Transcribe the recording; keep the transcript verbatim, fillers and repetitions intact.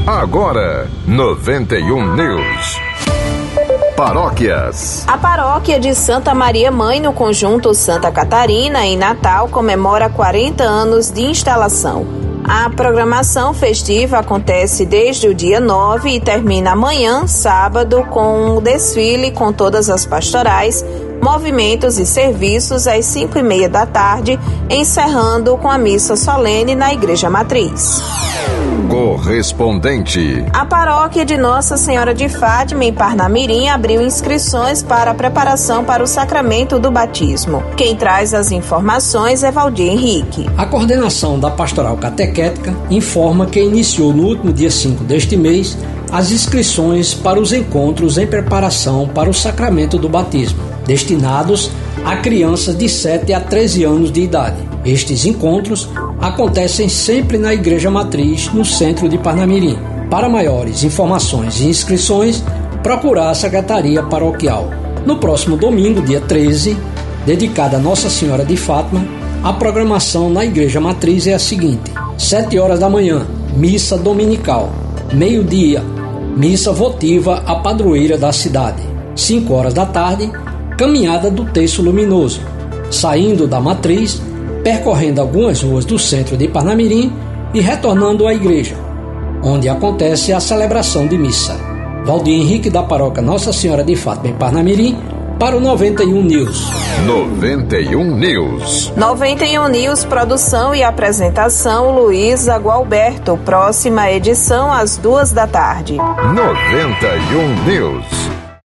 Agora, noventa e um News. Paróquias. A paróquia de Santa Maria Mãe, no conjunto Santa Catarina, em Natal, comemora quarenta anos de instalação. A programação festiva acontece desde o dia nove e termina amanhã, sábado, com um desfile com todas as pastorais, movimentos e serviços às cinco e meia da tarde, encerrando com a missa solene na Igreja Matriz. Correspondente. A paróquia de Nossa Senhora de Fátima, em Parnamirim, abriu inscrições para a preparação para o sacramento do batismo. Quem traz as informações é Valdir Henrique. A coordenação da Pastoral Catequética informa que iniciou no último dia cinco deste mês as inscrições para os encontros em preparação para o sacramento do batismo, destinados a crianças de sete a treze anos de idade. Estes encontros acontecem sempre na Igreja Matriz, no centro de Parnamirim. Para maiores informações e inscrições, procurar a Secretaria Paroquial. No próximo domingo, dia treze, dedicada a Nossa Senhora de Fátima, a programação na Igreja Matriz é a seguinte: sete horas da manhã, missa dominical. Meio-dia, missa votiva à padroeira da cidade. cinco horas da tarde, caminhada do Terço Luminoso, saindo da Matriz, percorrendo algumas ruas do centro de Parnamirim e retornando à igreja, onde acontece a celebração de missa. Valdir Henrique, da paróquia Nossa Senhora de Fátima, em Parnamirim, para o noventa e um News. noventa e um News. noventa e um News, produção e apresentação, Luiz Agualberto. Próxima edição às duas da tarde. noventa e um News.